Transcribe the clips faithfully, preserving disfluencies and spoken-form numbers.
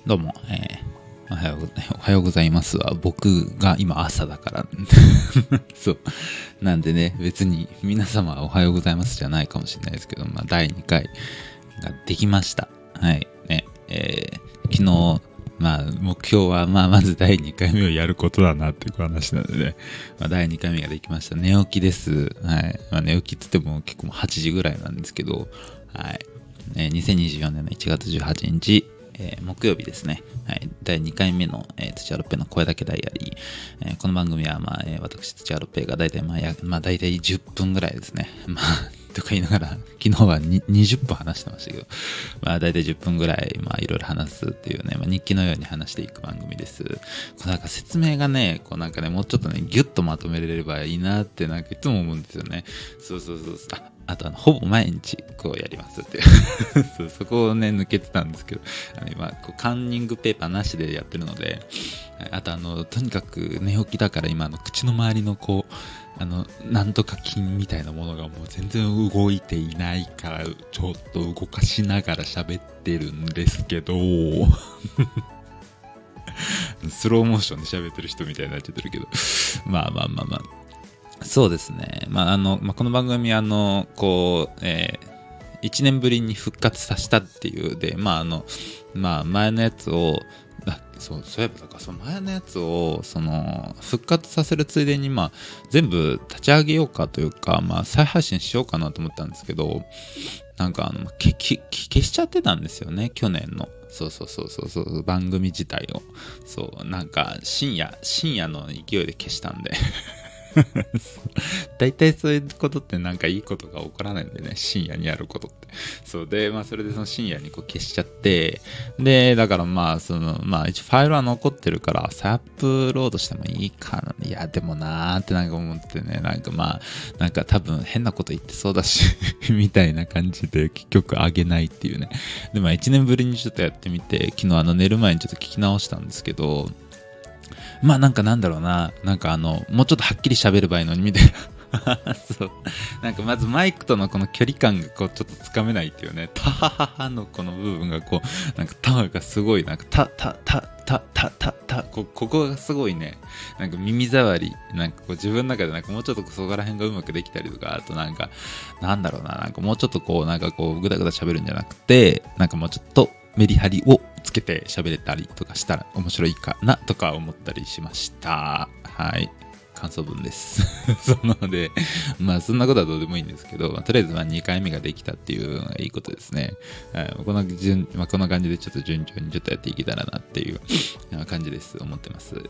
どうも、えー、おはよう、おはようございますは僕が今朝だからそうなんでね、別に皆様はおはようございますじゃないかもしれないですけど、まあだいにかいができました。はいね、えー、昨日まあ目標はまあまずだいにかいめをやることだなっていう話なのでね、まあ、だいにかいめができました。寝起きです。はい。まあ、寝起きって言っても結構もうはちじぐらいなんですけど、はい。えー、にせんにじゅうよねんのいちがつじゅうはちにち、えー、木曜日ですね。はい。だいにかいめの、えー、土屋ロッペの声だけダイアリー。えー、この番組は、まあ、えー、私、土屋ロッペがだいたいまあ、や、まあ、だいたいじゅっぷんぐらいですね。まあ、とか言いながら、昨日はににじゅっぷん話してましたけど、まあ、だいたいじゅっぷんぐらい、まあ、いろいろ話すっていうね、まあ、日記のように話していく番組です。こうなんか説明がね、こうなんかね、もうちょっとね、ギュッとまとめれればいいなって、なんかいつも思うんですよね。そうそうそう。ああとあのほぼ毎日こうやりますってそうそこをね抜けてたんですけど、あの今こうカンニングペーパーなしでやってるので、あとあのとにかく寝起きだから今あの口の周りのこうあのなんとか筋みたいなものがもう全然動いていないからちょっと動かしながら喋ってるんですけどスローモーションで喋ってる人みたいになっちゃってるけどまあまあまあまあそうですね。まあ、あの、まあ、この番組、あの、こう、えー、いちねんぶりに復活させたっていう、で、まあ、あの、まあ、前のやつを、あ、そう、そういえば、だから、その前のやつを、その、復活させるついでに、まあ、全部立ち上げようかというか、まあ、再配信しようかなと思ったんですけど、なんか、あの、け、け、消しちゃってたんですよね、去年の。そうそうそうそうそう、番組自体を。そう、なんか、深夜、深夜の勢いで消したんで。大体そういうことってなんかいいことが起こらないんでね、深夜にやることって。そうで、まあそれでその深夜にこう消しちゃって、で、だからまあその、まあ一応ファイルは残ってるから再アップロードしてもいいかな。いや、でもなーってなんか思ってね、なんかまあ、なんか多分変なこと言ってそうだし、みたいな感じで結局上げないっていうね。で、まあ一年ぶりにちょっとやってみて、昨日あの寝る前にちょっと聞き直したんですけど、まあなんかなんだろうな、なんかあの、もうちょっとはっきり喋ればいいのにみたいな。そう。なんかまずマイクとのこの距離感がこうちょっとつかめないっていうね、タハハハのこの部分がこう、なんかタがすごい、なんかタタタタタタタ、こここがすごいね、なんか耳障り、なんかこう自分の中でなんかもうちょっとそこら辺がうまくできたりとか、あとなんか、なんだろうな、なんかもうちょっとこう、なんかこう、ぐだぐだ喋るんじゃなくて、なんかもうちょっと、メリハリをつけて喋れたりとかしたら面白いかなとか思ったりしました。はい。感想文です。そので、まあそんなことはどうでもいいんですけど、まあ、とりあえずまあにかいめができたっていうのがいいことですね。はい、この順、まあ、こんな感じでちょっと順調にちょっとやっていけたらなっていう感じです。思ってます。はい、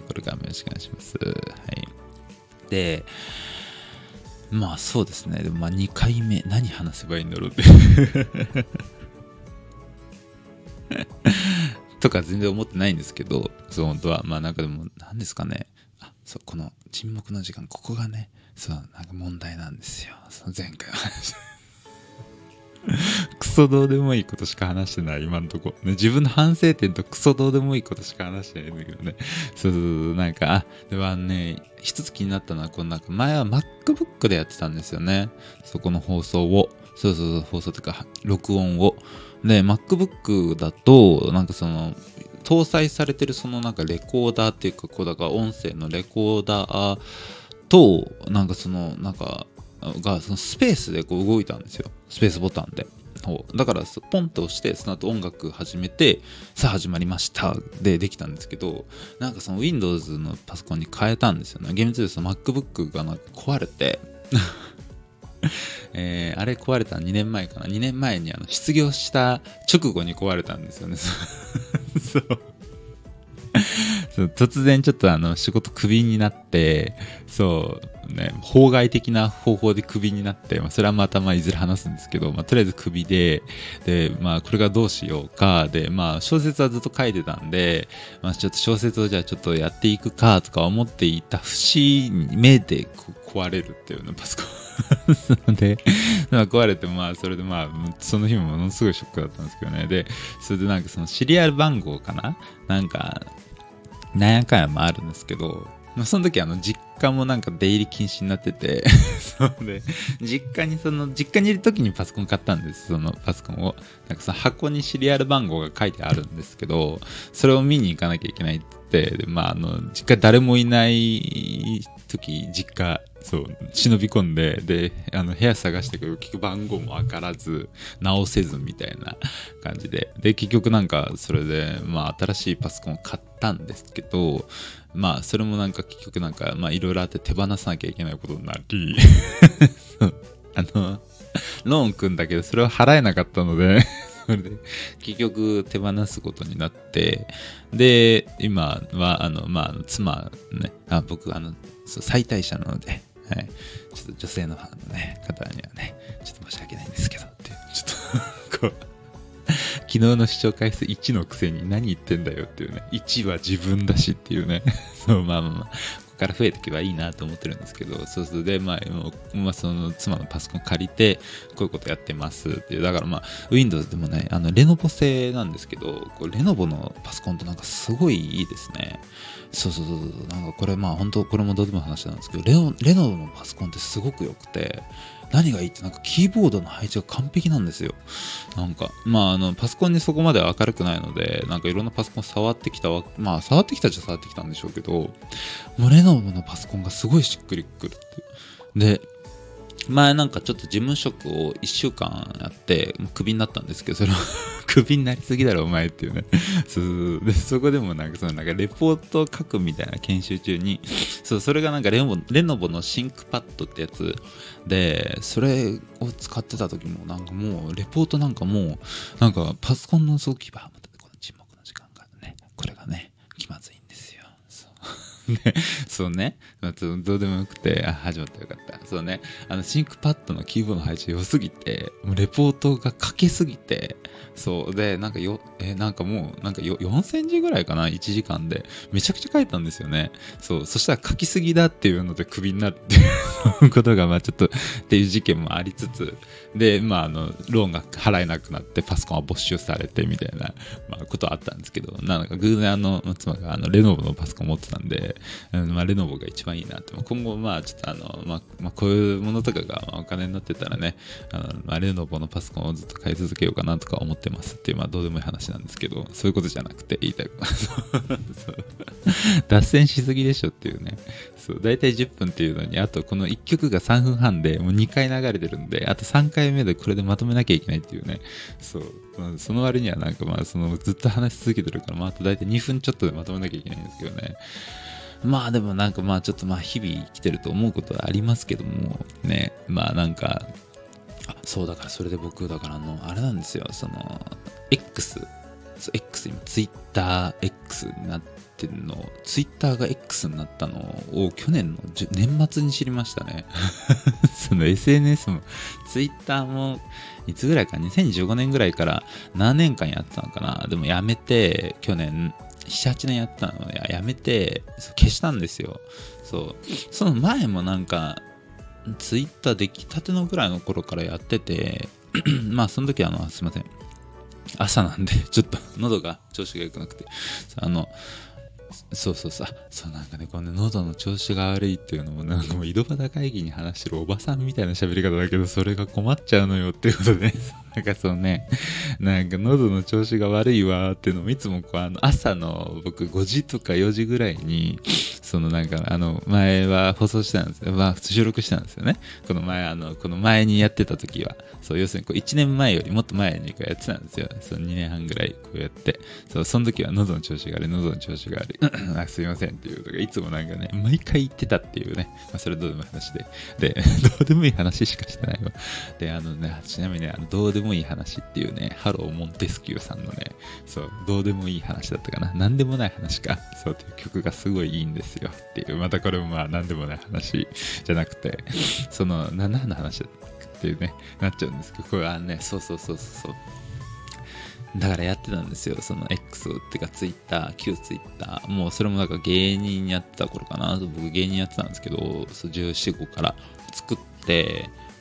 これからもよろしくお願いします。はい。で、まあそうですね。でもまあにかいめ、何話せばいいんだろうってとか全然思ってないんですけど、そう本当はまあなんかでも何ですかね、あ、そうこの沈黙の時間、ここがね、そうなんか問題なんですよ。その前回話クソどうでもいいことしか話してない今のとこ、ね、自分の反省点とクソどうでもいいことしか話してないんだけどね。そうそうそう、なんかあではね、一つ気になったのはこのなんか前は MacBook でやってたんですよね。そこの放送を、そうそうそう放送というか録音を。で MacBook だとなんかその搭載されてるそのなんかレコーダーっていうかこうだから音声のレコーダーとなんかそのなんかがそのスペースでこう動いたんですよ。スペースボタンで。だからポンと押してその後音楽始めてさあ始まりましたでできたんですけど、なんかその Windows のパソコンに変えたんですよね。厳密にその MacBook がなんか壊れてえー、あれ壊れたにねんまえかな、にねんまえにあの失業した直後に壊れたんですよね。そうそう、突然ちょっとあの仕事クビになって、そうね、法外的な方法でクビになって、まあ、それはまたまあいずれ話すんですけど、まあ、とりあえずクビで、で、まあこれがどうしようかで、まあ小説はずっと書いてたんで、まあちょっと小説をじゃあちょっとやっていくかとか思っていた節目で壊れるっていうのパソコンで、まあ、壊れて、まあそれでまあその日もものすごいショックだったんですけどね。でそれでなんかそのシリアル番号かな、なんか何やかんやもあるんですけど、まあ、その時あの実家もなんか出入り禁止になっててそうで実家にその実家にいる時にパソコン買ったんです。そのパソコンをなんかその箱にシリアル番号が書いてあるんですけど、それを見に行かなきゃいけないって言って、でまああの実家誰もいない時実家そう忍び込んで、であの部屋探してくる結局番号も分からず直せずみたいな感じで、で結局なんかそれでまあ新しいパソコンを買ったんですけど、まあそれもなんか結局なんかまあいろいろあって手放さなきゃいけないことになりあのローン組んだけどそれを払えなかったのでそれで結局手放すことになって、で今はあのまあ妻ね、あ僕あのそう妻帯者なので、はい、ちょっと女性のファンの、ね、方にはねちょっと申し訳ないんですけどっていう、ちょっとこう昨日の視聴回数いちのくせに何言ってんだよっていうね、いちは自分だしっていうねそうまあまあまあここから増えていけばいいなと思ってるんですけど、そうそうでまあ、まあ、その妻のパソコン借りてこういうことやってますっていう、だからまあ Windows でもねあのレノボ製なんですけど、こうレノボのパソコンってなんかすごいいいですね。そうそうそうそう、なんかこれまあ本当これもどうでもいい話なんですけど、レノレノボのパソコンってすごく良くて、何がいいってなんかキーボードの配置が完璧なんですよ。なんかまああのパソコンにそこまで明るくないので、なんかいろんなパソコン触ってきたわ、まあ触ってきたっちゃ触ってきたんでしょうけど、もうレノボのパソコンがすごいしっくりくるっていう。で前なんかちょっと事務職をいっしゅうかんやってクビになったんですけど、それはクビになりすぎだろお前っていうねそうでそこでもなんかそのなんかレポートを書くみたいな研修中に、そうそれがなんかレノボ、レノボのシンクパッドってやつで、それを使ってた時もなんかもうレポートなんかもうなんかパソコンの早期ばまたこの沈黙の時間がね、これがね気まずいんですよ。そうね、そうね、まあ、どうでもよくて、あ、始まったよかった。そうね、あのシンクパッドのキーボードの配置良すぎて、もうレポートが書けすぎて、そうでなんかよえなんかもうなんかよよんセンチぐらいかな、いちじかんでめちゃくちゃ書いたんですよね。そうそしたら書きすぎだっていうのでクビになるっていうことがまあちょっとっていう事件もありつつ、でまああのローンが払えなくなってパソコンは没収されてみたいな、まあ、ことはあったんですけど、なんか偶然あの妻があのレノボのパソコン持ってたんで、うんまあ、レノボが一番いいなって、今後まあちょっとあの、まあまあ、こういうものとかがお金になってたらね、あの、まあ、レノボのパソコンをずっと買い続けようかなとか思ってますっていう、まあどうでもいい話なんですけど、そういうことじゃなくて言いたいそう脱線しすぎでしょっていうね。そうだいたいじゅっぷんっていうのにあとこのいっきょくがさんぷんはんでもうにかい流れてるんで、あとさんかいめでこれでまとめなきゃいけないっていうね。そう、まあ、その割にはなんかまあそのずっと話し続けてるから、まああとだいたいにふんちょっとでまとめなきゃいけないんですけどね。まあでもなんかまあちょっとまあ日々生きてると思うことはありますけどもね、まあなんかあそうだからそれで僕だからあのあれなんですよ、その X X 今ツイッター X になってるの、ツイッターが X になったのを去年の年末に知りましたねその エスエヌエス もツイッターもいつぐらいかにせんじゅうごねんぐらいからななねんかんやってたのかな。でもやめて去年ななはちねんやってたのでやめて消したんですよ。そうその前もなんかツイッター出来たてのぐらいの頃からやっててまあその時あのすいません朝なんでちょっと喉が調子が良くなくて、あのそうそうそうそうなんかね、この、ね、喉の調子が悪いっていうのもなんかもう井戸端会議に話してるおばさんみたいな喋り方だけど、それが困っちゃうのよっていうことで、ね、なんかそうね、なんか喉の調子が悪いわーっていうのもいつもこうあの朝の僕ごじとかよじぐらいにそのなんかあの前は放送してたんですよ、まあ収録してたんですよね。この前あのこの前にやってた時はそう要するにこういちねんまえよりもっと前にこうやってたんですよ。そうにねんはんぐらいこうやってそうその時は喉の調子が悪い喉の調子が悪いあすいませんっていうとかいつもなんかね毎回言ってたっていうね、まあ、それどうでもいい話ででどうでもいい話しかしてないわ。であのねちなみにねあのどうでもいい話っていうねハローモンテスキューさんのねそうどうでもいい話だったかな、なんでもない話かそうっていう曲がすごいいいんですよっていう、またこれもまあなんでもない話じゃなくてそのな何の話だっていうねなっちゃうんですけど、これはねそうそうそうそうだからやってたんですよ、その X っていうか Twitter 旧 Twitter もうそれもなんか芸人やってた頃かな、僕芸人やってたんですけどそうじゅうよん、ごから作って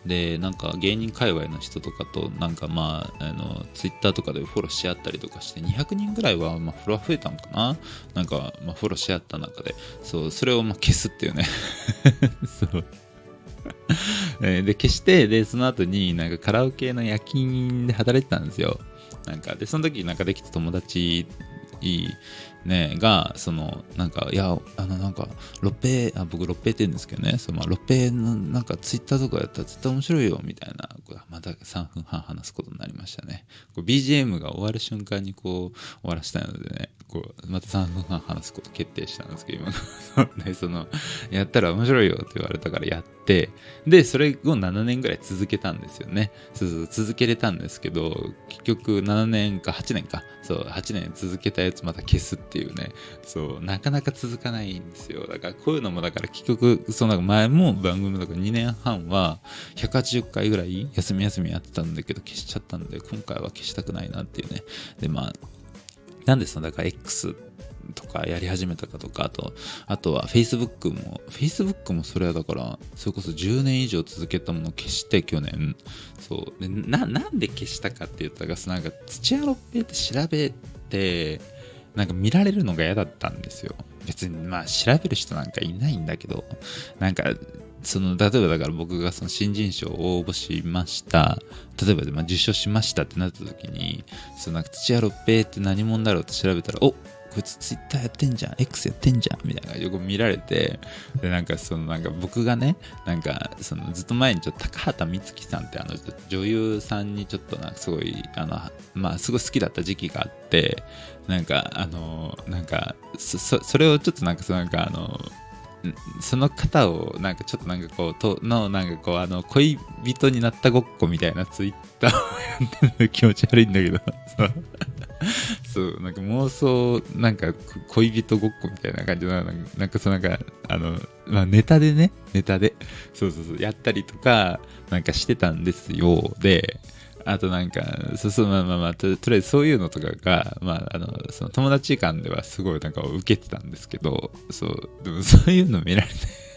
でなんか芸人界隈の人とかとなんかまああのツイッターとかでフォローし合ったりとかしてにひゃくにんぐらいはまあフォロワー増えたのかな、なんかまあフォローし合った中でそうそれをまあ消すっていうねそうで消して、でその後になんかカラオケの夜勤で働いてたんですよ。なんかでその時なんかできた友達ねがそのなんかいやあのなんかロッペあ僕ロッペって言うんですけどね、そのまあロッペのなんかツイッターとかやったら絶対面白いよみたいな、またさんぷんはん話すことになりましたね。こう ビージーエム が終わる瞬間にこう終わらせたいのでね、こうまたさんぷんはん話すこと決定したんですけど今でそのやったら面白いよって言われたからやって、でそれをななねんぐらい続けたんですよね。そうそう続けれたんですけど結局ななねんかはちねんかそうはちねん続けたやつまた消すっていうね、そうなかなか続かないんですよ。だからこういうのもだから結局その前も番組とかにねんはんはひゃくはちじゅっかいぐらい休み休みやってたんだけど消しちゃったんで、今回は消したくないなっていうね。でまあなんでそのだから X とかやり始めたかとか、あとあとは Facebook も Facebook もそれはだからそれこそじゅうねん以上続けたものを消して去年そうで な, なんで消したかって言ったらなんか土屋ロッペって調べてなんか見られるのが嫌だったんですよ。別にまあ調べる人なんかいないんだけど、なんかその例えばだから僕がその新人賞を応募しました、例えばでまあ受賞しましたってなった時にそのなんか土屋ロッペって何者だろうって調べたら、おこいつツイッターやってんじゃん X やってんじゃんみたいな感じでよく見られて、でなんかそのなんか僕がねなんかそのずっと前にちょっと高畑充希さんってあの女優さんにちょっとなんかすごいあのまあすごい好きだった時期があって、なんかあのなんか そ, そ, それをちょっとなんかそのなんかあのその方をなんかちょっとなんかこうとのなんかこうあの恋人になったごっこみたいなツイッターをやってるの気持ち悪いんだけどそうそうなんか妄想なんか恋人ごっこみたいな感じのなんかそのなんかあのまあネタでねネタでそうそうそうやったりとかなんかしてたんですよ。であとなんかそうそうまあまあまあ と, とりあえずそういうのとかがまああのその友達間ではすごいなんか受けてたんですけど、そうでもそういうの見られて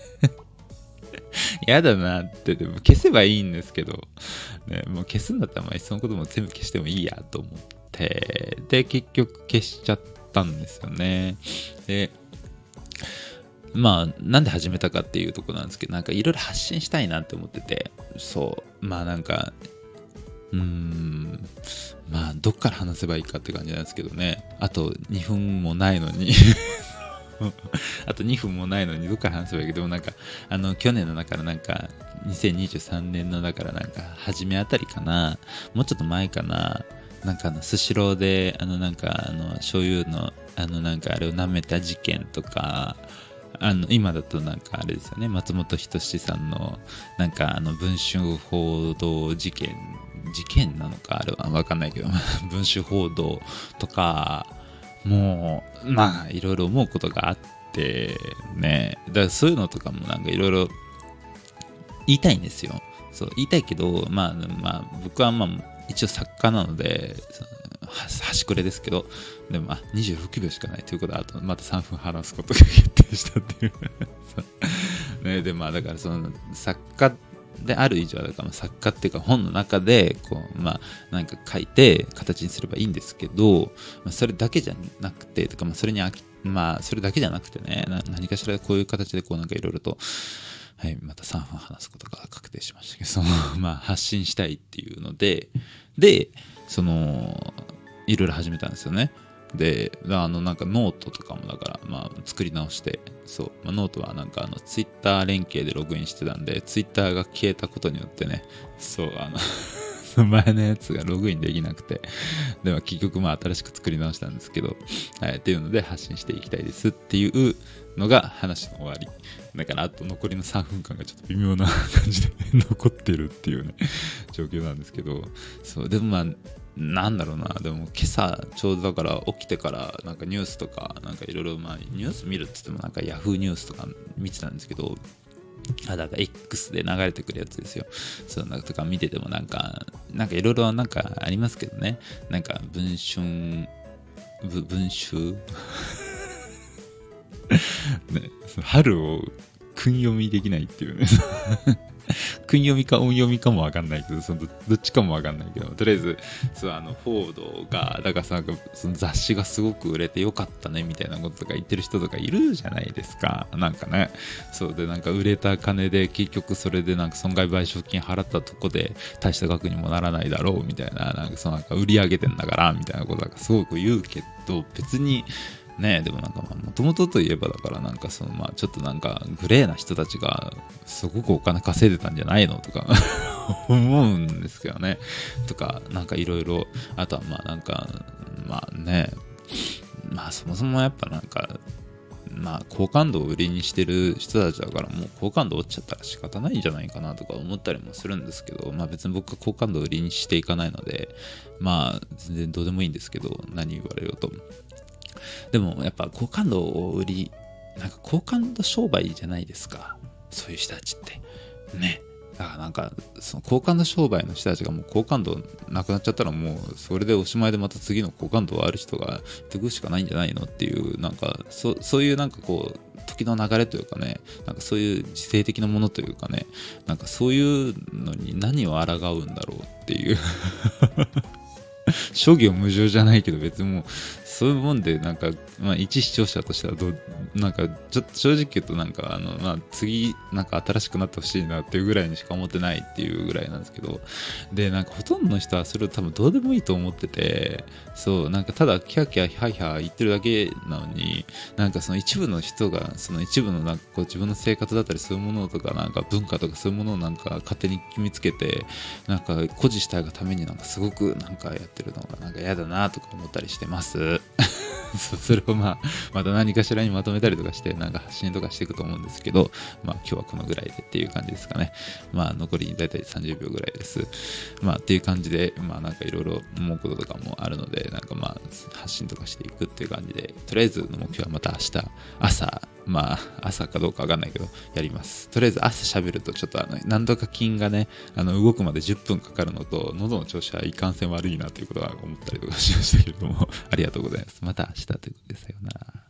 やだなって。でも消せばいいんですけど、ね、もう消すんだったらまあそのことも全部消してもいいやと思ってで結局消しちゃったんですよね。でまあなんで始めたかっていうところなんですけど、なんかいろいろ発信したいなって思ってて、そうまあなんかうーんまあどっから話せばいいかって感じなんですけどね。あとにふんもないのにあとにふんもないのにどっから話せばいいけど、でもなんかあの去年のだからなんかにせんにじゅうさんねんのだからなんか初めあたりかな、もうちょっと前かな、なんかあのスシローであのなんかあの醤油のあのなんかあれを舐めた事件とか、あの今だとなんかあれですよね、松本人志さんのなんかあの文春報道事件事件なのかあれは分かんないけど文春報道とかもうまあいろいろ思うことがあってね、だからそういうのとかもなんかいろいろ言いたいんですよ。そう言いたいけど、まあまあ僕はまあ一応作家なので端くれですけど、でもまあにじゅうろくびょうしかないということはあとまたさんぷん話すことが決定したっていうね。でまあだからその作家である以上はだから作家っていうか本の中でこうまあなんか書いて形にすればいいんですけど、まあ、それだけじゃなくてとかまあそれに飽きまあそれだけじゃなくてね、な何かしらこういう形でこうなんかいろいろとはいまたさんぷん話すことが確定しましたけど、そのまあ発信したいっていうのででそのいろいろ始めたんですよね。であのなんかノートとかもだからまあ作り直して、そう、まあ、ノートはなんかあのツイッター連携でログインしてたんでツイッターが消えたことによってね、そうあの前のやつがログインできなくて、でも結局まあ新しく作り直したんですけど、はい、っていうので発信していきたいですっていうのが話の終わりだから、あと残りのさんぷんかんがちょっと微妙な感じで残ってるっていうね状況なんですけど、そうでもまあなんだろうな、でも今朝ちょうどだから起きてからなんかニュースとかなんかいろいろまあニュース見るって言ってもなんかヤフーニュースとか見てたんですけど、あだから X で流れてくるやつですよ。そうなんかとか見ててもなんかなんかいろいろなんかありますけどね、なんか文春ぶ文集ね、春を訓読みできないっていうね訓読みか音読みかもわかんないけど、その ど, どっちかもわかんないけど、とりあえずそうあのフォードがだからさ、なんかその雑誌がすごく売れてよかったねみたいなこととか言ってる人とかいるじゃないですか。なんかね、そうでなんか売れた金で結局それでなんか損害賠償金払ったとこで大した額にもならないだろうみたいな、なんかそのなんか売り上げてんだからみたいなことがすごく言うけど、別にね、でもなんかもともとといえばだからなんかそのまあちょっとなんかグレーな人たちがすごくお金稼いでたんじゃないのとか思うんですけどね。とかなんかいろいろ、あとはまあなんかまあね、まあそもそもやっぱなんかまあ好感度を売りにしてる人たちだから、もう好感度落ちちゃったら仕方ないんじゃないかなとか思ったりもするんですけど、まあ別に僕は好感度を売りにしていかないので、まあ全然どうでもいいんですけど、何言われようと。でもやっぱ好感度を売り、なんか好感度商売じゃないですか、そういう人たちってね。だからなんかその好感度商売の人たちがもう好感度なくなっちゃったら、もうそれでおしまいでまた次の好感度ある人が出てくるしかないんじゃないのっていう、なんか そ, そういうなんかこう時の流れというかね、なんかそういう時勢的なものというかね、なんかそういうのに何を抗うんだろうっていう諸行無常じゃないけど、別にもうそういうもんで、なんか、まあ、一視聴者としてはどう、なんかちょっと正直言うとなんかあの、まあ、次なんか新しくなってほしいなっていうぐらいにしか思ってないっていうぐらいなんですけど、でなんかほとんどの人はそれを多分どうでもいいと思ってて、そうなんかただキャキャヒャヒャ言ってるだけなのに、なんかその一部の人がその一部のなんかこう自分の生活だったりそういうものとかなんか文化とかそういうものをなんか勝手に決めつけて、なんか誇示したいがためになんかすごくなんかやってるのがなんか嫌だなとか思ったりしてますそれをまあまた何かしらにまとめたりとかしてなんか発信とかしていくと思うんですけど、まあ今日はこのぐらいでっていう感じですかね。まあ残りだいたいさんじゅうびょうぐらいです。まあっていう感じで、まあなんかいろいろ思うこととかもあるので、なんかまあ発信とかしていくっていう感じで、とりあえずの目標はまた明日朝、まあ朝かどうかわかんないけどやります。とりあえず朝喋るとちょっとあの何度か筋がね、あの動くまでじゅっぷんかかるのと、喉の調子はいかんせん悪いなということは思ったりとかしましたけれどもありがとうございます。また明日ということで、さようなら。